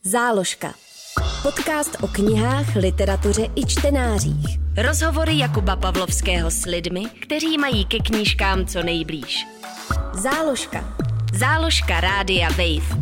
Záložka. Podcast o knihách, literatuře i čtenářích. Rozhovory Jakuba Pavlovského s lidmi, kteří mají ke knížkám co nejblíž. Záložka. Záložka Rádia Wave.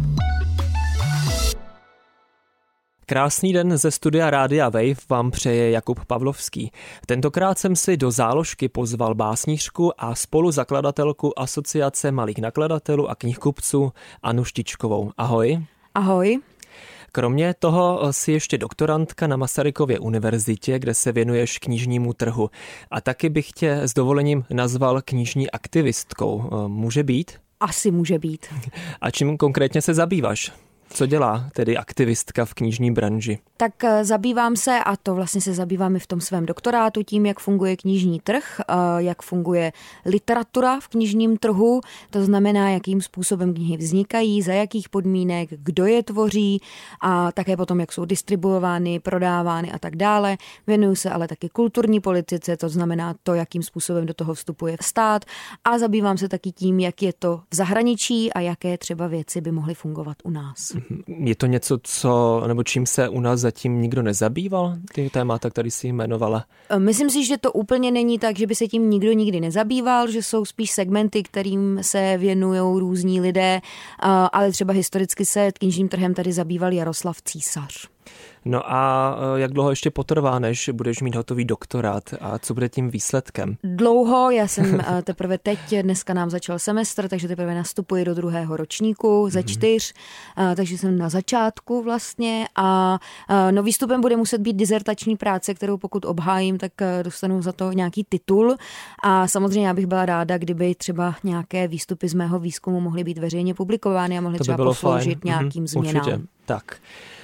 Krásný den ze studia Rádia Wave vám přeje Jakub Pavlovský. Tentokrát jsem si do záložky pozval básnířku a spoluzakladatelku Asociace malých nakladatelů a knihkupců Annu Štičkovou. Ahoj. Ahoj. Kromě toho jsi ještě doktorantka na Masarykově univerzitě, kde se věnuješ knižnímu trhu. A taky bych tě s dovolením nazval knižní aktivistkou. Může být? Asi může být. A čím konkrétně se zabýváš? Co dělá tedy aktivistka v knižní branži? Tak zabývám se, a to vlastně se zabývám i v tom svém doktorátu, tím, jak funguje knižní trh, jak funguje literatura v knižním trhu, to znamená, jakým způsobem knihy vznikají, za jakých podmínek, kdo je tvoří a také potom, jak jsou distribuovány, prodávány a tak dále. Věnuju se ale taky kulturní politice, to znamená to, jakým způsobem do toho vstupuje stát, a zabývám se taky tím, jak je to v zahraničí a jaké třeba věci by mohly fungovat u nás. Je to něco, nebo čím se u nás zatím nikdo nezabýval, ty témata, které jsi jmenovala? Myslím si, že to úplně není tak, že by se tím nikdo nikdy nezabýval, že jsou spíš segmenty, kterým se věnují různí lidé, ale třeba historicky se knižním trhem tady zabýval Jaroslav Císař. No a jak dlouho ještě potrvá, než budeš mít hotový doktorát a co bude tím výsledkem? Dlouho, já jsem teprve teď, dneska nám začal semestr, takže teprve nastupuji do druhého ročníku ze 4, takže jsem na začátku vlastně a no výstupem bude muset být dizertační práce, kterou pokud obhájím, tak dostanu za to nějaký titul a samozřejmě já bych byla ráda, kdyby třeba nějaké výstupy z mého výzkumu mohly být veřejně publikovány a mohly třeba posloužit nějakým změnám. Určitě, tak.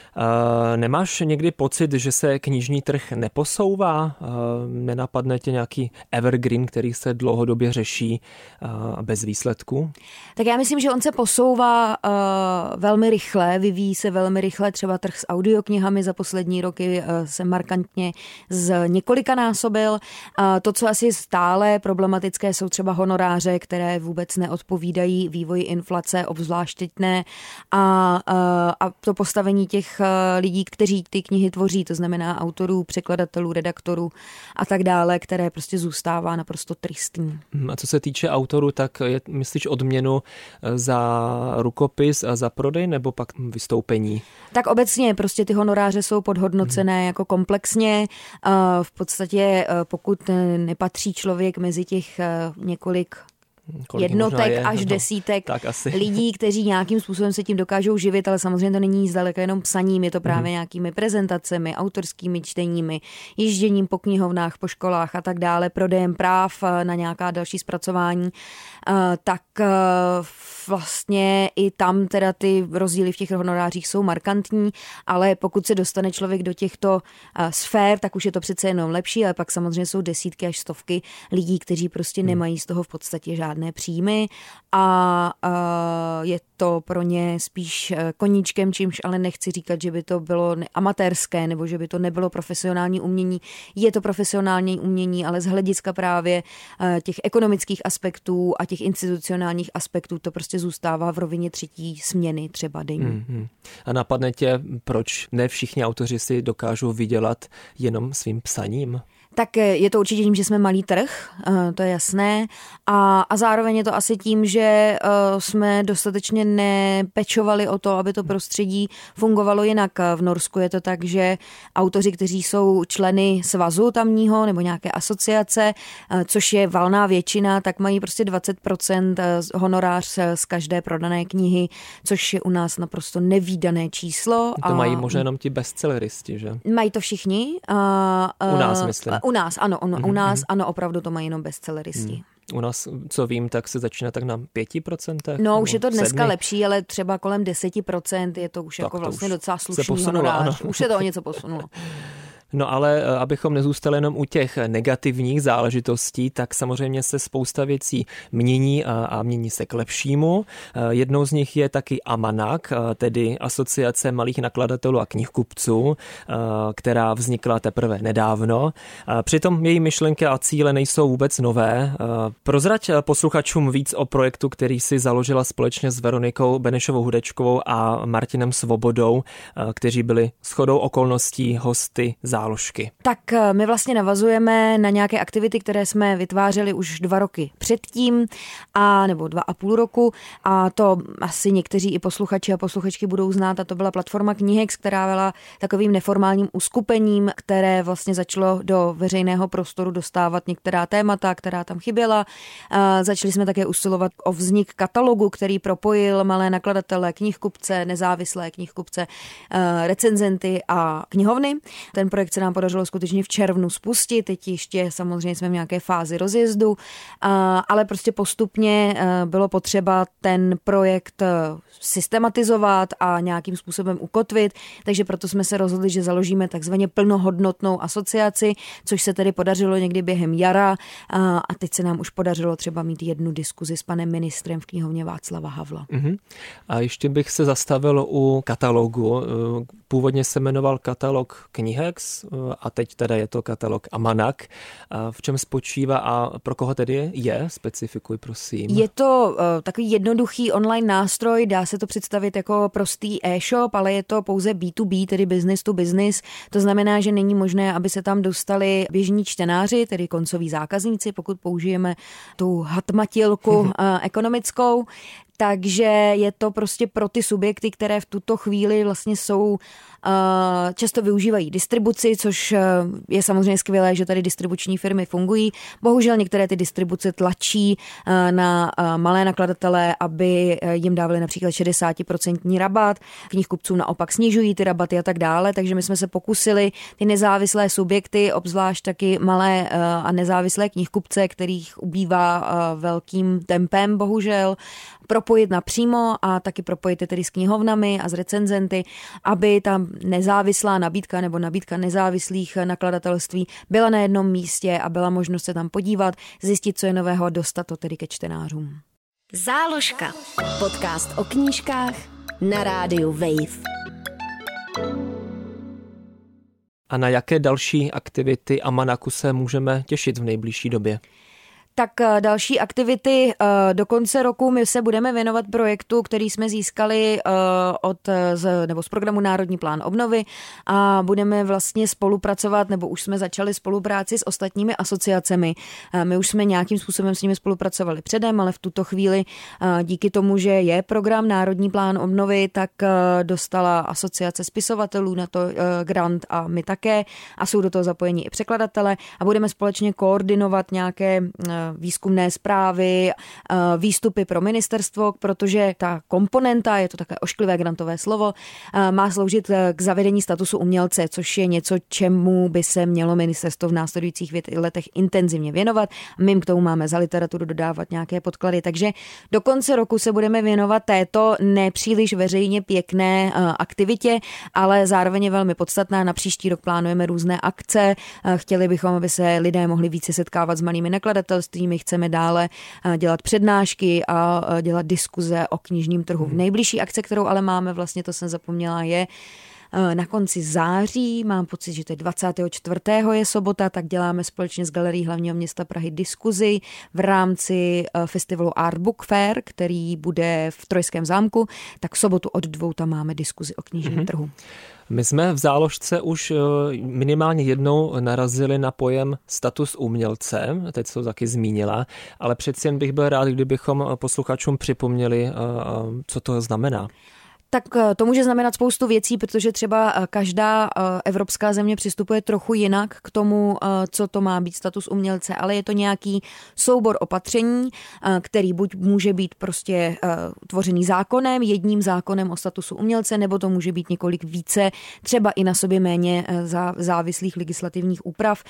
Nemáš někdy pocit, že se knižní trh neposouvá? Nenapadne tě nějaký evergreen, který se dlouhodobě řeší bez výsledku? Tak já myslím, že on se posouvá velmi rychle, vyvíjí se velmi rychle, třeba trh s audioknihami za poslední roky se markantně několikanásobil. To, co asi stále problematické, jsou třeba honoráře, které vůbec neodpovídají vývoji inflace, obzvlášť teď ne, a to postavení těch lidí, kteří ty knihy tvoří, to znamená autorů, překladatelů, redaktorů a tak dále, které prostě zůstává naprosto tristní. A co se týče autorů, tak myslíš odměnu za rukopis a za prodej nebo pak vystoupení? Tak obecně prostě ty honoráře jsou podhodnocené jako komplexně. V podstatě pokud nepatří člověk mezi těch několik jednotek až desítek lidí, kteří nějakým způsobem se tím dokážou živit, ale samozřejmě to není zdaleka jenom psaním, je to právě nějakými prezentacemi, autorskými čteními, ježděním po knihovnách, po školách a tak dále, prodejem práv na nějaká další zpracování, tak vlastně i tam teda ty rozdíly v těch honorářích jsou markantní, ale pokud se dostane člověk do těchto sfér, tak už je to přece jenom lepší, ale pak samozřejmě jsou desítky až stovky lidí, kteří prostě nemají z toho v podstatě žádné příjmy a je to pro ně spíš koníčkem, čímž ale nechci říkat, že by to bylo amatérské nebo že by to nebylo profesionální umění. Je to profesionální umění, ale z hlediska právě těch ekonomických aspektů a těch institucionálních aspektů to prostě zůstává v rovině třetí směny třeba denní. A napadne tě, proč ne všichni autoři si dokážou vydělat jenom svým psaním? Tak je to určitě tím, že jsme malý trh, to je jasné. A zároveň je to asi tím, že jsme dostatečně nepečovali o to, aby to prostředí fungovalo jinak. V Norsku je to tak, že autoři, kteří jsou členy svazu tamního nebo nějaké asociace, což je valná většina, tak mají prostě 20% honorář z každé prodané knihy, což je u nás naprosto nevídané číslo. To mají možná jenom ti bestselleristi, že? Mají to všichni. U nás, myslím. U nás, ano, u nás, ano, opravdu to mají jenom bestselleristi. U nás, co vím, tak se začíná tak na 5%. No, už je to dneska lepší, ale třeba kolem 10% je to už tak jako vlastně docela slušný honorář. Už se to o něco posunulo. No ale abychom nezůstali jenom u těch negativních záležitostí, tak samozřejmě se spousta věcí mění a mění se k lepšímu. Jednou z nich je taky Amanak, tedy Asociace malých nakladatelů a knihkupců, která vznikla teprve nedávno. Přitom její myšlenky a cíle nejsou vůbec nové. Prozrať posluchačům víc o projektu, který si založila společně s Veronikou Benešovou Hudečkovou a Martinem Svobodou, kteří byli shodou okolností hosty záložky. Tak my vlastně navazujeme na nějaké aktivity, které jsme vytvářeli už 2 roky předtím, nebo 2,5 roku, a to asi někteří i posluchači a posluchačky budou znát, a to byla platforma Knihex, která byla takovým neformálním uskupením, které vlastně začalo do veřejného prostoru dostávat některá témata, která tam chyběla. Začali jsme také usilovat o vznik katalogu, který propojil malé nakladatele, knihkupce, nezávislé knihkupce, recenzenty a knihovny. Ten projekt se nám podařilo skutečně v červnu spustit, teď ještě samozřejmě jsme v nějaké fázi rozjezdu, ale prostě postupně bylo potřeba ten projekt systematizovat a nějakým způsobem ukotvit, takže proto jsme se rozhodli, že založíme takzvaně plnohodnotnou asociaci, což se tedy podařilo někdy během jara, a teď se nám už podařilo třeba mít jednu diskuzi s panem ministrem v knihovně Václava Havla. A ještě bych se zastavil u katalogu. Původně se jmenoval katalog Knihex a teď teda je to katalog Amanak. V čem spočívá a pro koho tedy je? Specifikuj, prosím. Je to takový jednoduchý online nástroj, dá se to představit jako prostý e-shop, ale je to pouze B2B, tedy business to business. To znamená, že není možné, aby se tam dostali běžní čtenáři, tedy koncoví zákazníci, pokud použijeme tu hatmatilku ekonomickou. Takže je to prostě pro ty subjekty, které v tuto chvíli vlastně jsou, často využívají distribuci, což je samozřejmě skvělé, že tady distribuční firmy fungují. Bohužel některé ty distribuce tlačí na malé nakladatele, aby jim dávali například 60% rabat, knihkupcům naopak snižují ty rabaty a tak dále, takže my jsme se pokusili ty nezávislé subjekty, obzvlášť taky malé a nezávislé knihkupce, kterých ubývá velkým tempem, bohužel, propojit napřímo a taky propojit tedy s knihovnami a s recenzenty, aby ta nezávislá nabídka nebo nabídka nezávislých nakladatelství byla na jednom místě a byla možnost se tam podívat, zjistit, co je nového a dostat to tedy ke čtenářům. Záložka. Podcast o knížkách na rádiu Wave. A na jaké další aktivity Amanaku se můžeme těšit v nejbližší době? Tak další aktivity do konce roku my se budeme věnovat projektu, který jsme získali z programu Národní plán obnovy a budeme vlastně spolupracovat, nebo už jsme začali spolupráci s ostatními asociacemi. My už jsme nějakým způsobem s nimi spolupracovali předem, ale v tuto chvíli díky tomu, že je program Národní plán obnovy, tak dostala asociace spisovatelů na to grant a my také a jsou do toho zapojeni i překladatelé a budeme společně koordinovat nějaké výzkumné zprávy, výstupy pro ministerstvo, protože ta komponenta, je to také ošklivé grantové slovo, má sloužit k zavedení statusu umělce, což je něco, čemu by se mělo ministerstvo v následujících letech intenzivně věnovat. My k tomu máme za literaturu dodávat nějaké podklady, takže do konce roku se budeme věnovat této nepříliš veřejně pěkné aktivitě, ale zároveň velmi podstatná. Na příští rok plánujeme různé akce. Chtěli bychom, aby se lidé mohli více setkávat s malými nakladatelstvími. Chceme dále dělat přednášky a dělat diskuze o knižním trhu. Nejbližší akce, kterou ale máme, vlastně to jsem zapomněla, je na konci září, mám pocit, že to je 24. je sobota, tak děláme společně s Galerií hlavního města Prahy diskuzi v rámci festivalu Art Book Fair, který bude v Trojském zámku, tak v sobotu od 2 tam máme diskuzi o knižním trhu. My jsme v záložce už minimálně jednou narazili na pojem status umělce, teď se to taky zmínila, ale přeci jen bych byl rád, kdybychom posluchačům připomněli, co to znamená. Tak to může znamenat spoustu věcí, protože třeba každá evropská země přistupuje trochu jinak k tomu, co to má být status umělce, ale je to nějaký soubor opatření, který buď může být prostě tvořený zákonem, jedním zákonem o statusu umělce, nebo to může být několik více, třeba i na sobě méně závislých legislativních úprav,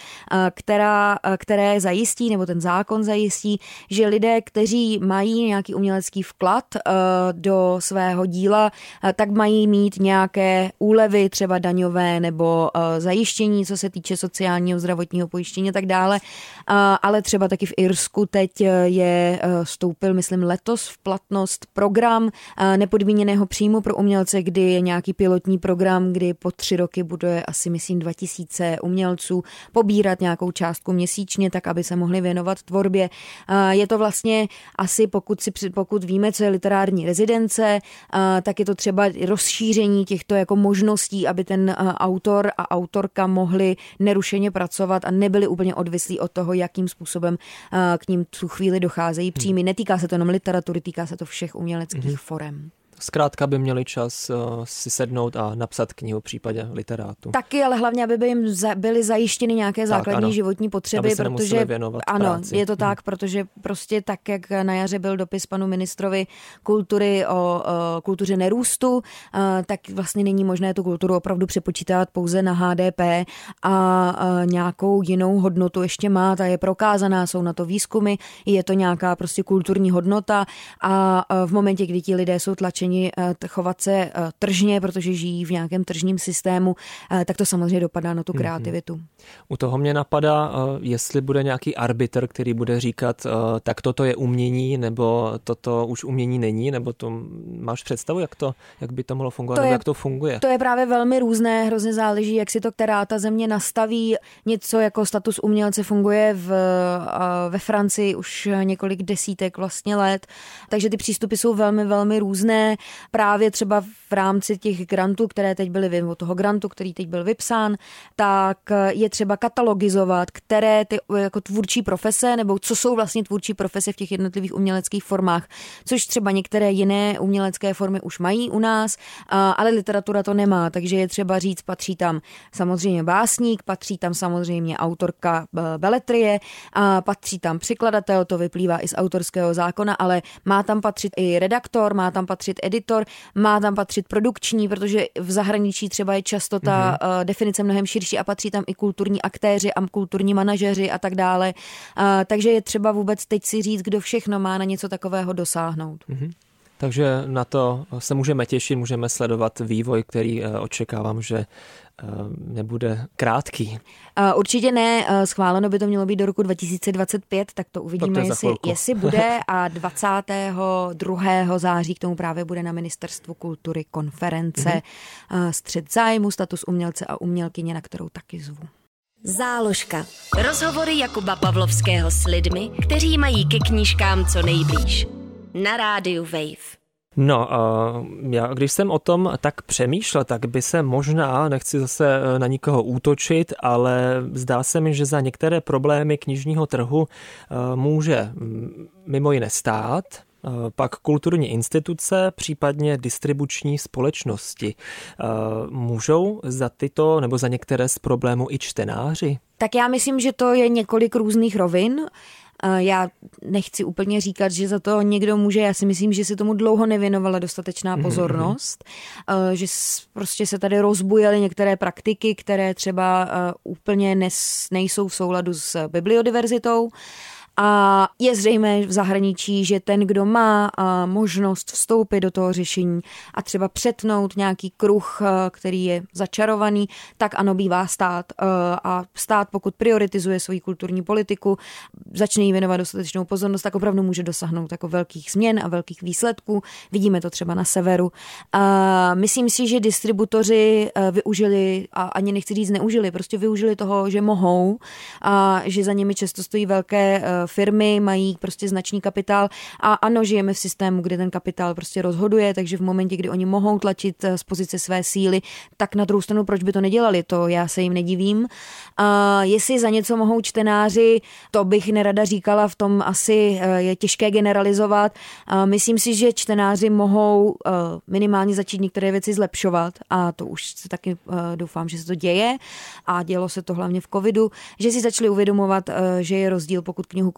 které zajistí, nebo ten zákon zajistí, že lidé, kteří mají nějaký umělecký vklad do svého díla, tak mají mít nějaké úlevy, třeba daňové nebo zajištění, co se týče sociálního, zdravotního pojištění a tak dále. Ale třeba taky v Irsku teď vstoupil, myslím, letos v platnost program nepodmíněného příjmu pro umělce, kdy je nějaký pilotní program, kdy po 3 roky bude asi, myslím, 2000 umělců pobírat nějakou částku měsíčně, tak aby se mohli věnovat tvorbě. Je to vlastně asi, pokud víme, co je literární rezidence, tak je to třeba rozšíření těchto jako možností, aby ten autor a autorka mohli nerušeně pracovat a nebyli úplně odvislí od toho, jakým způsobem k ním tu chvíli docházejí příjmy. Netýká se to jenom literatury, týká se to všech uměleckých forem. Zkrátka by měli čas si sednout a napsat knihu v případě literátu. Taky, ale hlavně, aby by jim byly zajištěny nějaké základní životní potřeby, protože práci. Je to tak, protože prostě tak, jak na jaře byl dopis panu ministrovi kultury o kultuře nerůstu, tak vlastně není možné tu kulturu opravdu přepočítat pouze na HDP a nějakou jinou hodnotu ještě má, ta je prokázaná, jsou na to výzkumy, je to nějaká prostě kulturní hodnota a v momentě, kdy ti lidé jsou tlačeni chovat se tržně, protože žijí v nějakém tržním systému, tak to samozřejmě dopadá na tu kreativitu. U toho mě napadá, jestli bude nějaký arbitr, který bude říkat, tak toto je umění, nebo toto už umění není, nebo to máš představu, jak by to mohlo fungovat, nebo jak to funguje? To je právě velmi různé, hrozně záleží, jak si to která ta země nastaví. Něco jako status umělce funguje ve Francii už několik desítek vlastně let, takže ty přístupy jsou velmi, velmi různé. Právě třeba v rámci těch grantů, které teď byly, toho grantu, který teď byl vypsán, tak je třeba katalogizovat, které ty jako tvůrčí profese, nebo co jsou vlastně tvůrčí profese v těch jednotlivých uměleckých formách, což třeba některé jiné umělecké formy už mají u nás, ale literatura to nemá, takže je třeba říct, patří tam samozřejmě básník, patří tam samozřejmě autorka beletrie, patří tam překladatel, to vyplývá i z autorského zákona, ale má tam patřit i redaktor, má tam patřit editor, má tam patřit produkční, protože v zahraničí třeba je často ta definice mnohem širší a patří tam i kulturní aktéři a kulturní manažeři a tak dále. Takže je třeba vůbec teď si říct, kdo všechno má na něco takového dosáhnout. Takže na to se můžeme těšit, můžeme sledovat vývoj, který očekávám, že nebude krátký. Určitě ne, schváleno by to mělo být do roku 2025, tak to uvidíme, jestli bude, a 22. září k tomu právě bude na Ministerstvu kultury konference Střet zájmu, status umělce a umělkyně, na kterou taky zvu. Záložka. Rozhovory Jakuba Pavlovského s lidmi, kteří mají ke knížkám co nejblíž. Na rádiu Wave. No, já když jsem o tom tak přemýšlel, tak by se možná, nechci zase na nikoho útočit, ale zdá se mi, že za některé problémy knižního trhu může mimo jiné stát, pak kulturní instituce, případně distribuční společnosti. Můžou za tyto nebo za některé z problémů i čtenáři? Tak já myslím, že to je několik různých rovin. Já nechci úplně říkat, že za to někdo může, já si myslím, že si tomu dlouho nevěnovala dostatečná pozornost, že prostě se tady rozbujaly některé praktiky, které třeba úplně nejsou v souladu s bibliodiverzitou. A je zřejmé v zahraničí, že ten, kdo má možnost vstoupit do toho řešení a třeba přetnout nějaký kruh, který je začarovaný, tak ano, bývá stát. A stát, pokud prioritizuje svoji kulturní politiku, začne jí věnovat dostatečnou pozornost, tak opravdu může dosáhnout jako velkých změn a velkých výsledků. Vidíme to třeba na severu. Myslím si, že distributoři využili, a ani nechci říct neužili, prostě využili toho, že mohou, a že za nimi často stojí velké firmy, mají prostě značný kapitál a ano, žijeme v systému, kde ten kapitál prostě rozhoduje, takže v momentě, kdy oni mohou tlačit z pozice své síly, tak na druhou stranu, proč by to nedělali, to já se jim nedivím. Jestli za něco mohou čtenáři, to bych nerada říkala, v tom asi je těžké generalizovat. Myslím si, že čtenáři mohou minimálně začít některé věci zlepšovat a to už se taky doufám, že se to děje a dělo se to hlavně v covidu, že si začali uvědomovat, že je rozdíl, pokud knihu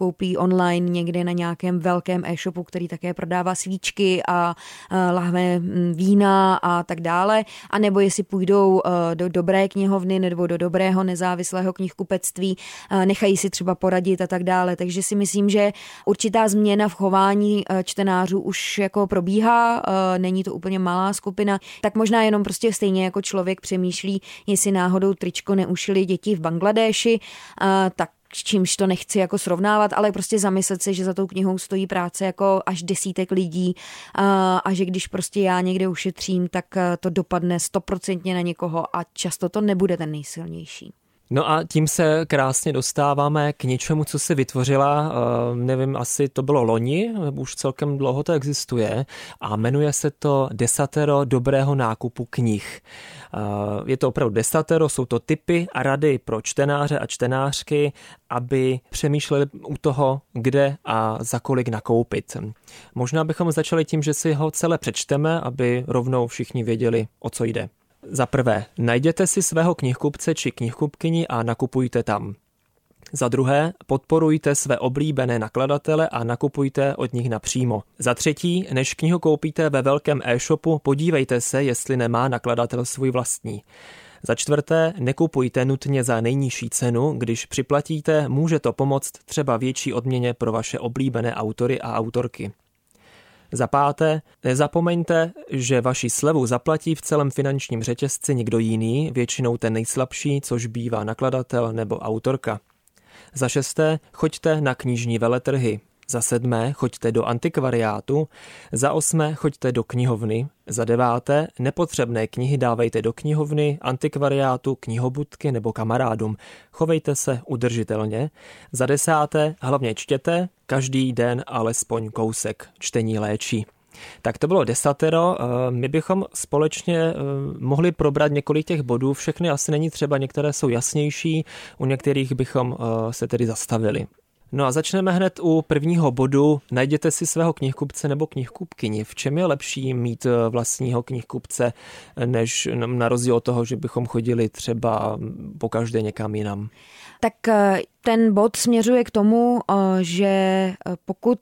to koupí online někde na nějakém velkém e-shopu, který také prodává svíčky a lahve vína a tak dále, a nebo jestli půjdou do dobré knihovny nebo do dobrého nezávislého knihkupectví, nechají si třeba poradit a tak dále. Takže si myslím, že určitá změna v chování čtenářů už jako probíhá, není to úplně malá skupina, tak možná jenom prostě stejně jako člověk přemýšlí, jestli náhodou tričko neušili děti v Bangladéši, tak s čímž to nechci jako srovnávat, ale prostě zamyslet se, že za tou knihou stojí práce jako až desítek lidí a že když prostě já někde ušetřím, tak to dopadne 100% na někoho a často to nebude ten nejsilnější. No a tím se krásně dostáváme k něčemu, co si vytvořila, nevím, asi to bylo loni, už celkem dlouho to existuje a jmenuje se to Desatero dobrého nákupu knih. Je to opravdu desatero, jsou to tipy a rady pro čtenáře a čtenářky, aby přemýšleli u toho, kde a za kolik nakoupit. Možná bychom začali tím, že si ho celé přečteme, aby rovnou všichni věděli, o co jde. Za prvé, najděte si svého knihkupce či knihkupkyni a nakupujte tam. Za druhé, podporujte své oblíbené nakladatele a nakupujte od nich napřímo. Za třetí, než knihu koupíte ve velkém e-shopu, podívejte se, jestli nemá nakladatel svůj vlastní. Za čtvrté, nekupujte nutně za nejnižší cenu, když připlatíte, může to pomoct třeba větší odměně pro vaše oblíbené autory a autorky. Za páté, nezapomeňte, že vaši slevu zaplatí v celém finančním řetězci někdo jiný, většinou ten nejslabší, což bývá nakladatel nebo autorka. Za šesté, choďte na knižní veletrhy. Za sedmé, choďte do antikvariátu. Za osmé, choďte do knihovny. Za deváté, nepotřebné knihy dávejte do knihovny, antikvariátu, knihobudky nebo kamarádům. Chovejte se udržitelně. Za desáté, hlavně čtěte, každý den alespoň kousek. Čtení léčí. Tak to bylo desatero. My bychom společně mohli probrat několik těch bodů. Všechny asi není třeba, některé jsou jasnější, u některých bychom se tedy zastavili. No a začneme hned u prvního bodu. Najděte si svého knihkupce nebo knihkupkyni. V čem je lepší mít vlastního knihkupce, než na rozdíl od toho, že bychom chodili třeba pokaždé někam jinam? Tak ten bod směřuje k tomu, že pokud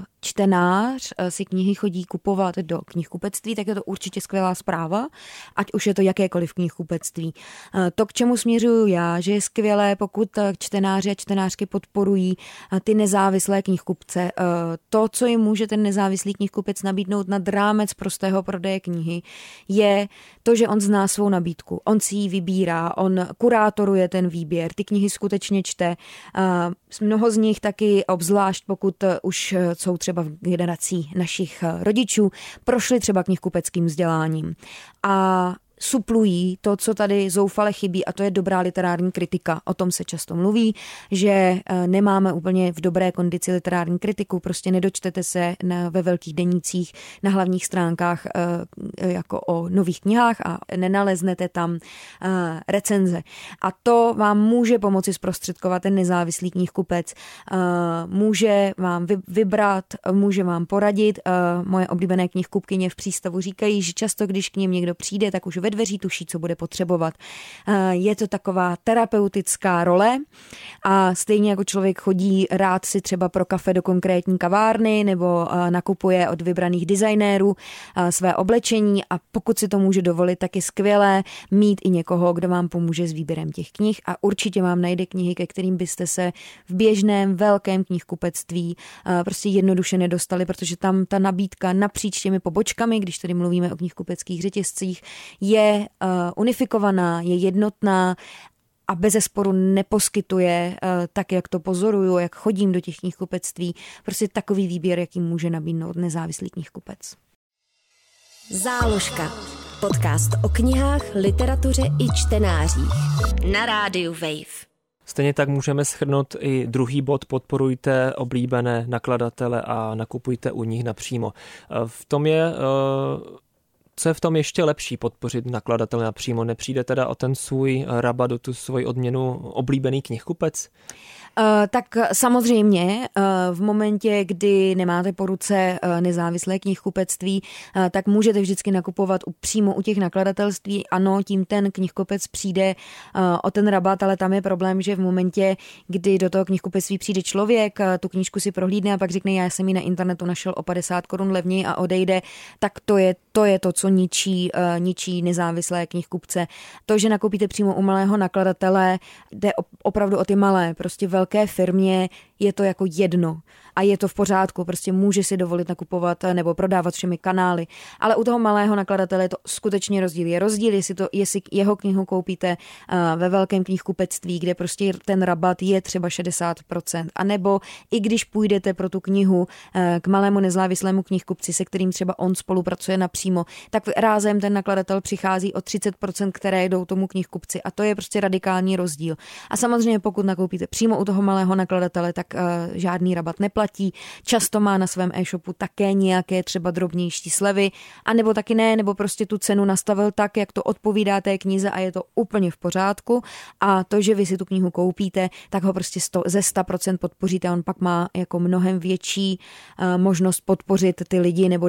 čtenář si knihy chodí kupovat do knihkupectví, tak je to určitě skvělá zpráva, ať už je to jakékoliv knihkupectví. To, k čemu směřuju já, že je skvělé, pokud čtenáři a čtenářky podporují ty nezávislé knihkupce. To, co jim může ten nezávislý knihkupec nabídnout nad rámec prostého prodeje knihy, je to, že on zná svou nabídku. On si ji vybírá, on kurátoruje ten výběr, ty knihy skutečně čte. Mnoho z nich taky, obzvlášť pokud už jsou třeba v generací našich rodičů, prošli třeba knihkupeckým vzděláním a suplují to, co tady zoufale chybí, a to je dobrá literární kritika. O tom se často mluví, že nemáme úplně v dobré kondici literární kritiku, prostě nedočtete se ve velkých denících na hlavních stránkách jako o nových knihách a nenaleznete tam recenze. A to vám může pomoci zprostředkovat ten nezávislý knihkupec. Může vám vybrat, může vám poradit. Moje oblíbené knihkupkyně v Přístavu říkají, že často, když k nim někdo přijde, tak už ve dveří tuší, co bude potřebovat. Je to taková terapeutická role a stejně jako člověk chodí rád si třeba pro kafe do konkrétní kavárny nebo nakupuje od vybraných designérů své oblečení, a pokud si to může dovolit, tak je skvělé mít i někoho, kdo vám pomůže s výběrem těch knih, a určitě vám najde knihy, ke kterým byste se v běžném velkém knihkupectví prostě jednoduše nedostali, protože tam ta nabídka napříč těmi pobočkami, když tady mluvíme o knihkupeckých řetězcích, je unifikovaná, je jednotná a bezesporu neposkytuje, tak jak to pozoruju, jak chodím do těch knihkupectví, prostě takový výběr, jaký může nabídnout nezávislý knihkupec. Záložka. Podcast o knihách, literatuře i čtenářích. Na rádiu Wave. Stejně tak můžeme shrnout i druhý bod: podporujte oblíbené nakladatele a nakupujte u nich napřímo. V tom je Co je v tom ještě lepší podpořit nakladatele napřímo? Nepřijde teda o ten svůj rabat, o tu svoji odměnu oblíbený knihkupec? Tak samozřejmě v momentě, kdy nemáte po ruce nezávislé knihkupectví, tak můžete vždycky nakupovat přímo u těch nakladatelství. Ano, tím ten knihkupec přijde o ten rabat, ale tam je problém, že v momentě, kdy do toho knihkupectví přijde člověk, tu knížku si prohlídne a pak řekne, já jsem ji na internetu našel o 50 korun levněji a odejde, tak to je to, co ničí nezávislé knihkupce. To, že nakoupíte přímo u malého nakladatele, jde opravdu o ty malé, prostě velké firmě je to jako jedno a je to v pořádku, prostě může si dovolit nakupovat nebo prodávat všemi kanály, ale u toho malého nakladatele je to skutečně rozdíl. Je rozdíl, jestli jeho knihu koupíte ve velkém knihkupectví, kde prostě ten rabat je třeba 60%, anebo i když půjdete pro tu knihu k malému nezávislému knihkupci, se kterým třeba on spolupracuje napřímo, tak rázem ten nakladatel přichází o 30%, které jdou tomu knihkupci a to je prostě radikální rozdíl. A samozřejmě pokud nakoupíte přímo u toho malého nakladatele, tak žádný rabat neplatí. Často má na svém e-shopu také nějaké třeba drobnější slevy, anebo taky ne, nebo prostě tu cenu nastavil tak, jak to odpovídá té knize a je to úplně v pořádku. A to, že vy si tu knihu koupíte, tak ho prostě ze 100% podpoříte. On pak má jako mnohem větší možnost podpořit ty lidi nebo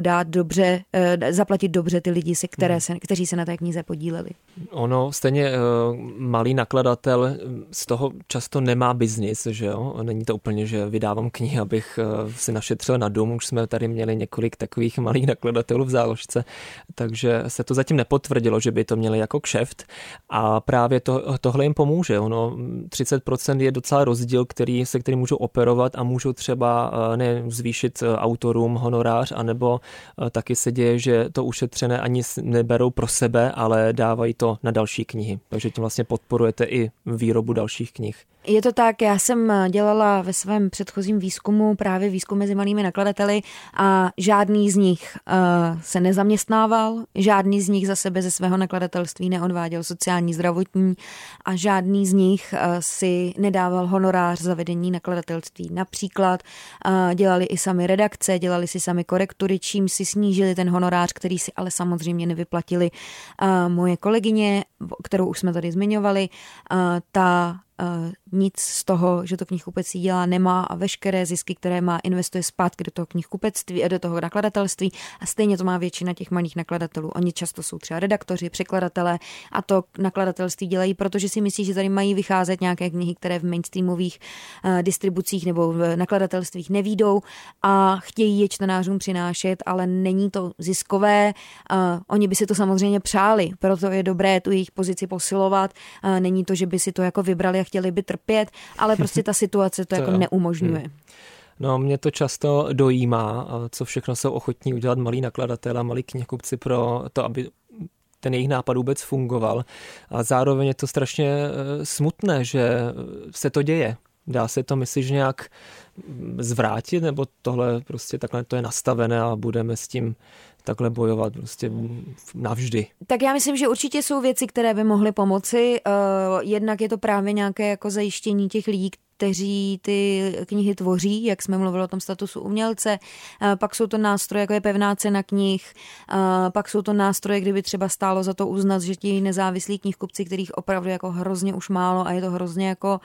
zaplatit dobře ty lidi, kteří se na té knize podíleli. Ono stejně malý nakladatel z toho často nemá biznis, že jo? Není to úplně, že vydávám knihy, abych si našetřil na dům. Už jsme tady měli několik takových malých nakladatelů v Záložce, takže se to zatím nepotvrdilo, že by to měli jako kšeft a právě tohle jim pomůže. Ono 30% je docela rozdíl, se kterým můžou operovat a můžou třeba zvýšit autorům honorář, anebo taky se děje, že to ušetřené ani neberou pro sebe, ale dávají to na další knihy. Takže tím vlastně podporujete i výrobu dalších knih. Je to tak, já jsem dělala ve svém předchozím výzkumu právě výzkum mezi malými nakladateli a žádný z nich se nezaměstnával, žádný z nich za sebe ze svého nakladatelství neodváděl sociální, zdravotní a žádný z nich si nedával honorář za vedení nakladatelství. Například dělali i sami redakce, dělali si sami korektury, čím si snížili ten honorář, který si ale samozřejmě nevyplatili. Moje kolegyně, kterou už jsme tady zmiňovali, ta nic z toho, že to knihkupectví dělá, nemá a veškeré zisky, které má, investuje zpátky do toho knihkupectví a do toho nakladatelství a stejně to má většina těch malých nakladatelů. Oni často jsou třeba redaktoři, překladatelé a to nakladatelství dělají, protože si myslí, že tady mají vycházet nějaké knihy, které v mainstreamových distribucích nebo v nakladatelstvích nevídou a chtějí je čtenářům přinášet, ale není to ziskové. Oni by si to samozřejmě přáli, proto je dobré tu jejich pozici posilovat. Není to, že by si to jako vybrali a chtěli by trpět, ale prostě ta situace to jako neumožňuje. No, mě to často dojímá, co všechno jsou ochotní udělat malí nakladatelé a malí knihkupci pro to, aby ten jejich nápad vůbec fungoval. A zároveň je to strašně smutné, že se to děje. Dá se to, myslíš, nějak zvrátit, nebo tohle prostě takhle to je nastavené a budeme s tím takhle bojovat prostě navždy? Tak já myslím, že určitě jsou věci, které by mohly pomoci. Jednak je to právě nějaké jako zajištění těch lidí, kteří ty knihy tvoří, jak jsme mluvili o tom statusu umělce. Pak jsou to nástroje, jako je pevná cena knih. Pak jsou to nástroje, kdyby třeba stálo za to uznat, že ti nezávislí knihkupci, kterých opravdu jako hrozně už málo a je to hrozně jako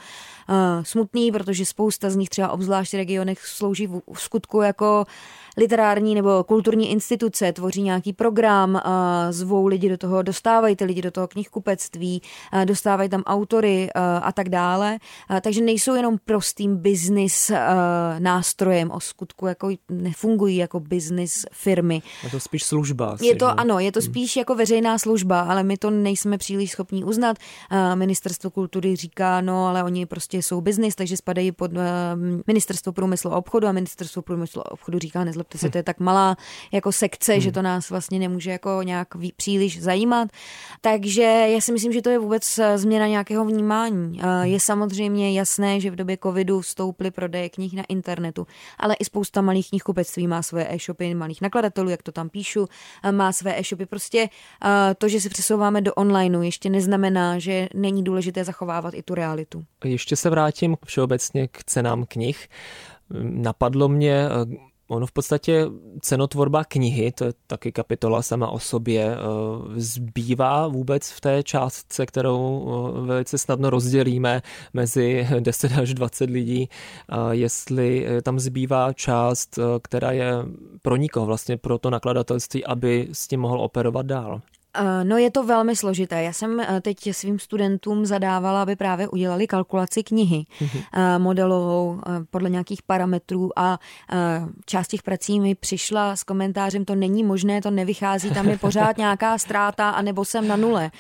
smutný, protože spousta z nich třeba obzvlášť v regionech slouží v skutku jako literární nebo kulturní instituce, tvoří nějaký program, zvou lidi do toho, dostávají ty lidi do toho knihkupectví, dostávají tam autory a tak dále. Takže nejsou jenom prostým business nástrojem, o skutku jako nefungují jako business firmy. Je to spíš služba. Je to spíš jako veřejná služba, ale my to nejsme příliš schopní uznat. Ministerstvo kultury říká, no ale oni prostě jsou business, takže spadají pod Ministerstvo průmyslu a obchodu a Ministerstvo průmyslu a obchodu říká, nezlobte se, to je tak malá jako sekce, že to nás vlastně nemůže jako nějak příliš zajímat. Takže já si myslím, že to je vůbec změna nějakého vnímání. Je samozřejmě jasné, že v době covidu stouply prodeje knih na internetu, ale i spousta malých knihkupectví má svoje e-shopy, malých nakladatelů, jak to tam píšu, má své e-shopy. Prostě to, že se přesouváme do onlineu, ještě neznamená, že není důležité zachovávat i tu realitu. Ještě se vrátím všeobecně k cenám knih. Napadlo mě, Ono v podstatě cenotvorba knihy, to je taky kapitola sama o sobě, zbývá vůbec v té částce, kterou velice snadno rozdělíme mezi 10 až 20 lidí, jestli tam zbývá část, která je pro nikoho, vlastně pro to nakladatelství, aby s tím mohl operovat dál. No je to velmi složité. Já jsem teď svým studentům zadávala, aby právě udělali kalkulaci knihy modelovou podle nějakých parametrů a část těch prací mi přišla s komentářem, to není možné, to nevychází, tam je pořád nějaká ztráta anebo jsem na nule.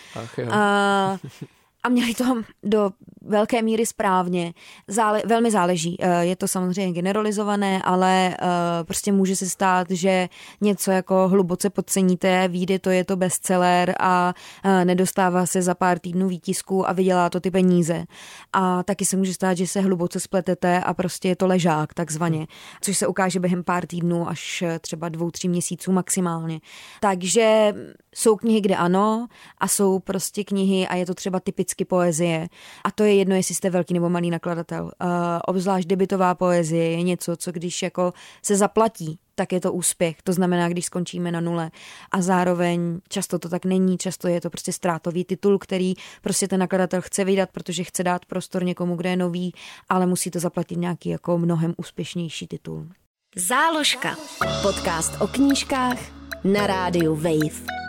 A měli to do velké míry správně. Velmi záleží. Je to samozřejmě generalizované, ale prostě může se stát, že něco jako hluboce podceníte, vyjde to, je to bestseller a nedostává se za pár týdnů výtisku a vydělá to ty peníze. A taky se může stát, že se hluboce spletete a prostě je to ležák takzvaně, což se ukáže během pár týdnů až třeba 2-3 měsíců maximálně. Takže jsou knihy, kde ano, a jsou prostě knihy a je to třeba typicky poezie. A to je jedno, jestli jste velký nebo malý nakladatel. Obzvlášť debutová poezie je něco, co když jako se zaplatí, tak je to úspěch. To znamená, když skončíme na nule. A zároveň často to tak není, často je to prostě ztrátový titul, který prostě ten nakladatel chce vydat, protože chce dát prostor někomu, kdo je nový, ale musí to zaplatit nějaký jako mnohem úspěšnější titul. Záložka. Podcast o knížkách na rádiu Wave.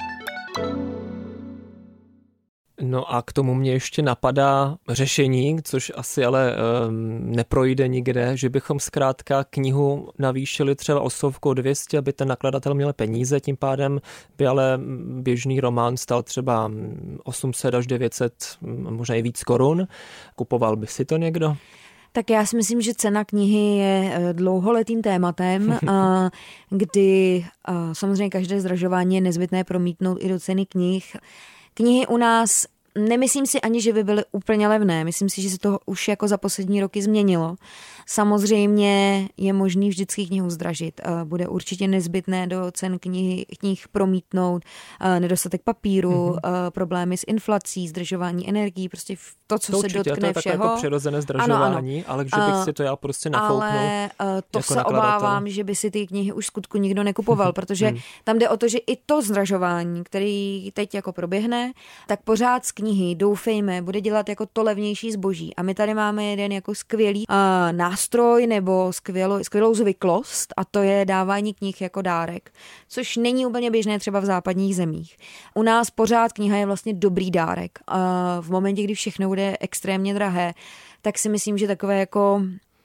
No a k tomu mě ještě napadá řešení, což asi ale neprojde nikde, že bychom zkrátka knihu navýšili třeba o 100, 200, aby ten nakladatel měl peníze, tím pádem by ale běžný román stal třeba 800 až 900, možná i víc korun. Kupoval by si to někdo? Tak já si myslím, že cena knihy je dlouholetým tématem, kdy samozřejmě každé zdražování je nezbytné promítnout i do ceny knih. Knihy u nás, nemyslím si ani, že by byly úplně levné. Myslím si, že se to už jako za poslední roky změnilo. Samozřejmě je možný vždycky knihu zdražit. Bude určitě nezbytné do cen knih promítnout nedostatek papíru, problémy s inflací, zdržování energií, prostě to, co se dotkne to je všeho. Jako přirozené zdražování, ano. Ale že bych si to já prostě nafouknul. Ale to jako se obávám, že by si ty knihy už skutku nikdo nekupoval, protože tam jde o to, že i to zdražování, který teď jako proběhne, tak pořád z knihy, doufejme, bude dělat jako to levnější zboží. A my tady máme jeden jako skvělý nástroj nebo skvělou zvyklost a to je dávání knih jako dárek, což není úplně běžné třeba v západních zemích. U nás pořád kniha je vlastně dobrý dárek. V momentě, kdy všechno bude extrémně drahé, tak si myslím, že takové jako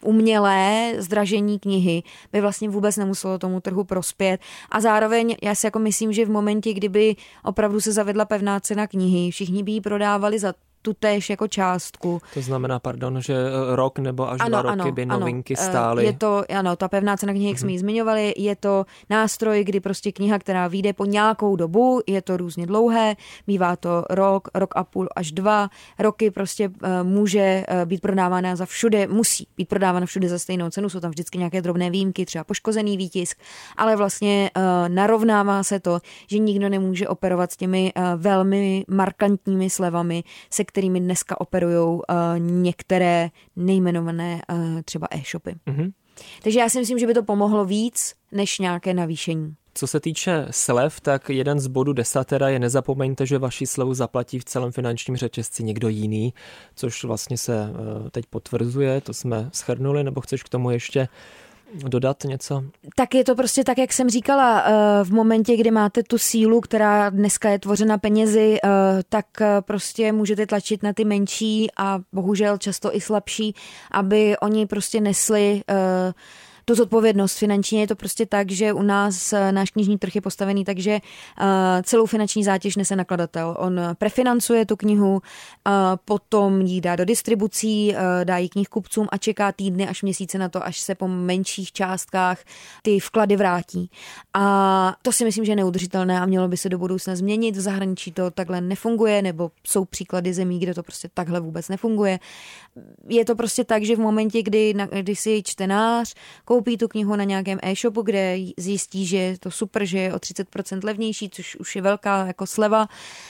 umělé zdražení knihy by vlastně vůbec nemuselo tomu trhu prospět. A zároveň já si jako myslím, že v momentě, kdyby opravdu se zavedla pevná cena knihy, všichni by ji prodávali za tutéž jako částku. To znamená, že rok nebo až 2 roky by novinky stály. Je to, ta pevná cena knihy, jak jsme ji zmiňovali, je to nástroj, kdy prostě kniha, která vyjde po nějakou dobu, je to různě dlouhé, bývá to rok a půl až 2 roky, prostě může být prodávána za všude, musí být prodávána všude za stejnou cenu, jsou tam vždycky nějaké drobné výjimky, třeba poškozený výtisk, ale vlastně narovnává se to, že nikdo nemůže operovat s těmi velmi markantními slevami, se kterými dneska operujou některé nejmenované třeba e-shopy. Takže já si myslím, že by to pomohlo víc než nějaké navýšení. Co se týče slev, tak jeden z bodů desatera je nezapomeňte, že vaši slevu zaplatí v celém finančním řetězci někdo jiný, což vlastně se teď potvrzuje, to jsme shrnuli, nebo chceš k tomu ještě dodat něco? Tak je to prostě tak, jak jsem říkala, v momentě, kdy máte tu sílu, která dneska je tvořena penězi, tak prostě můžete tlačit na ty menší a bohužel často i slabší, aby oni prostě nesli tu zodpovědnost. Finančně je to prostě tak, že u nás náš knižní trh je postavený, takže celou finanční zátěž nese nakladatel. On prefinancuje tu knihu, potom ji dá do distribucí, dá ji knihkupcům a čeká týdny až měsíce na to, až se po menších částkách ty vklady vrátí. A to si myslím, že je neudržitelné a mělo by se do budoucna změnit. V zahraničí to takhle nefunguje, nebo jsou příklady zemí, kde to prostě takhle vůbec nefunguje. Je to prostě tak, že v momentě, kdy si čtenář koupí tu knihu na nějakém e-shopu, kde zjistí, že je to super, že je o 30% levnější, což už je velká jako sleva,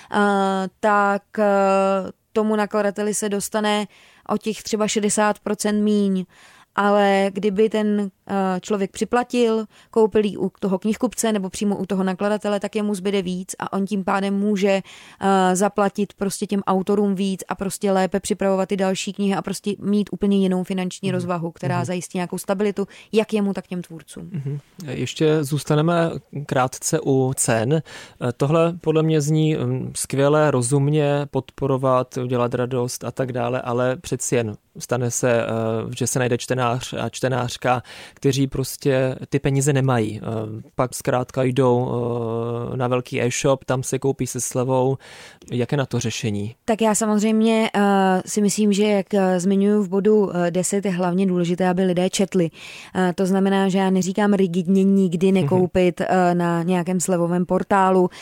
tak tomu nakladateli se dostane o těch třeba 60% míň. ale kdyby ten člověk připlatil, koupil ji u toho knihkupce nebo přímo u toho nakladatele, tak jemu zbyde víc a on tím pádem může zaplatit prostě těm autorům víc a prostě lépe připravovat ty další knihy a prostě mít úplně jinou finanční rozvahu, která zajistí nějakou stabilitu, jak jemu, tak těm tvůrcům. Ještě zůstaneme krátce u cen. Tohle podle mě zní skvěle, rozumně podporovat, udělat radost a tak dále, ale přeci jen stane se, že se najde čtenář a čtenářka, kteří prostě ty peníze nemají. Pak zkrátka jdou na velký e-shop, tam se koupí se slevou. Jak je na to řešení? Tak já samozřejmě si myslím, že jak zmiňuji v bodu 10, je hlavně důležité, aby lidé četli. To znamená, že já neříkám rigidně nikdy nekoupit na nějakém slevovém portálu.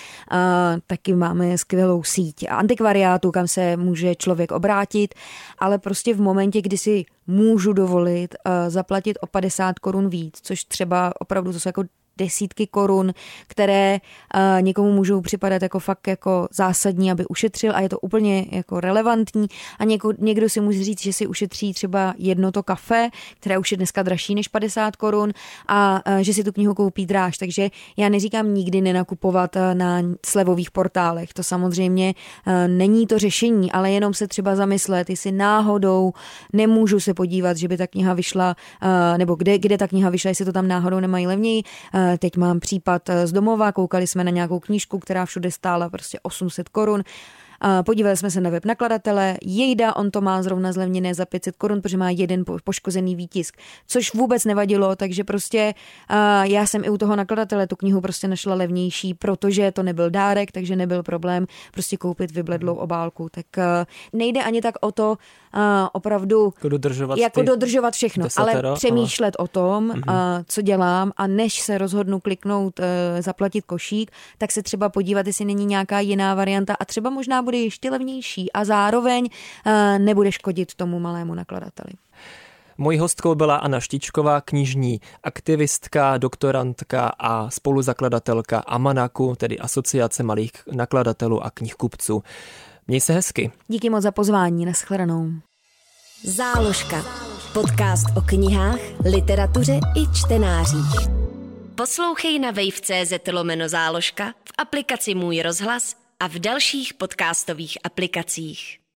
Taky máme skvělou síť antikvariátu, kam se může člověk obrátit, ale prostě v momentě, kdy si můžu dovolit zaplatit o 50 korun víc, což třeba opravdu to jsou jako desítky korun, které někomu můžou připadat jako fakt jako zásadní, aby ušetřil a je to úplně jako relevantní a někdo si může říct, že si ušetří třeba jedno to kafe, které už je dneska dražší než 50 korun a že si tu knihu koupí dráž, takže já neříkám nikdy nenakupovat na slevových portálech, to samozřejmě není to řešení, ale jenom se třeba zamyslet, jestli náhodou nemůžu se podívat, že by ta kniha vyšla, nebo kde ta kniha vyšla, jestli to tam náhodou nemají levněji. Teď mám případ z domova, koukali jsme na nějakou knížku, která všude stála prostě 800 korun. Podívali jsme se na web nakladatele, jejda, on to má zrovna zlevněné za 500 korun, protože má jeden poškozený výtisk, což vůbec nevadilo, takže prostě já jsem i u toho nakladatele tu knihu prostě našla levnější, protože to nebyl dárek, takže nebyl problém prostě koupit vybledlou obálku. Tak nejde ani tak o to opravdu dodržovat všechno, desatero, ale přemýšlet o tom, co dělám a než se rozhodnu kliknout zaplatit košík, tak se třeba podívat, jestli není nějaká jiná varianta a třeba možná bude ještě levnější a zároveň nebude škodit tomu malému nakladateli. Mojí hostkou byla Anna Štičková, knižní aktivistka, doktorantka a spoluzakladatelka Amanaku, tedy Asociace malých nakladatelů a knihkupců. Měj se hezky. Díky moc za pozvání, nashledanou. Záložka. Podcast o knihách, literatuře i čtenářích. Poslouchej na wave.cz/záložka, v aplikaci Můj rozhlas a v dalších podcastových aplikacích.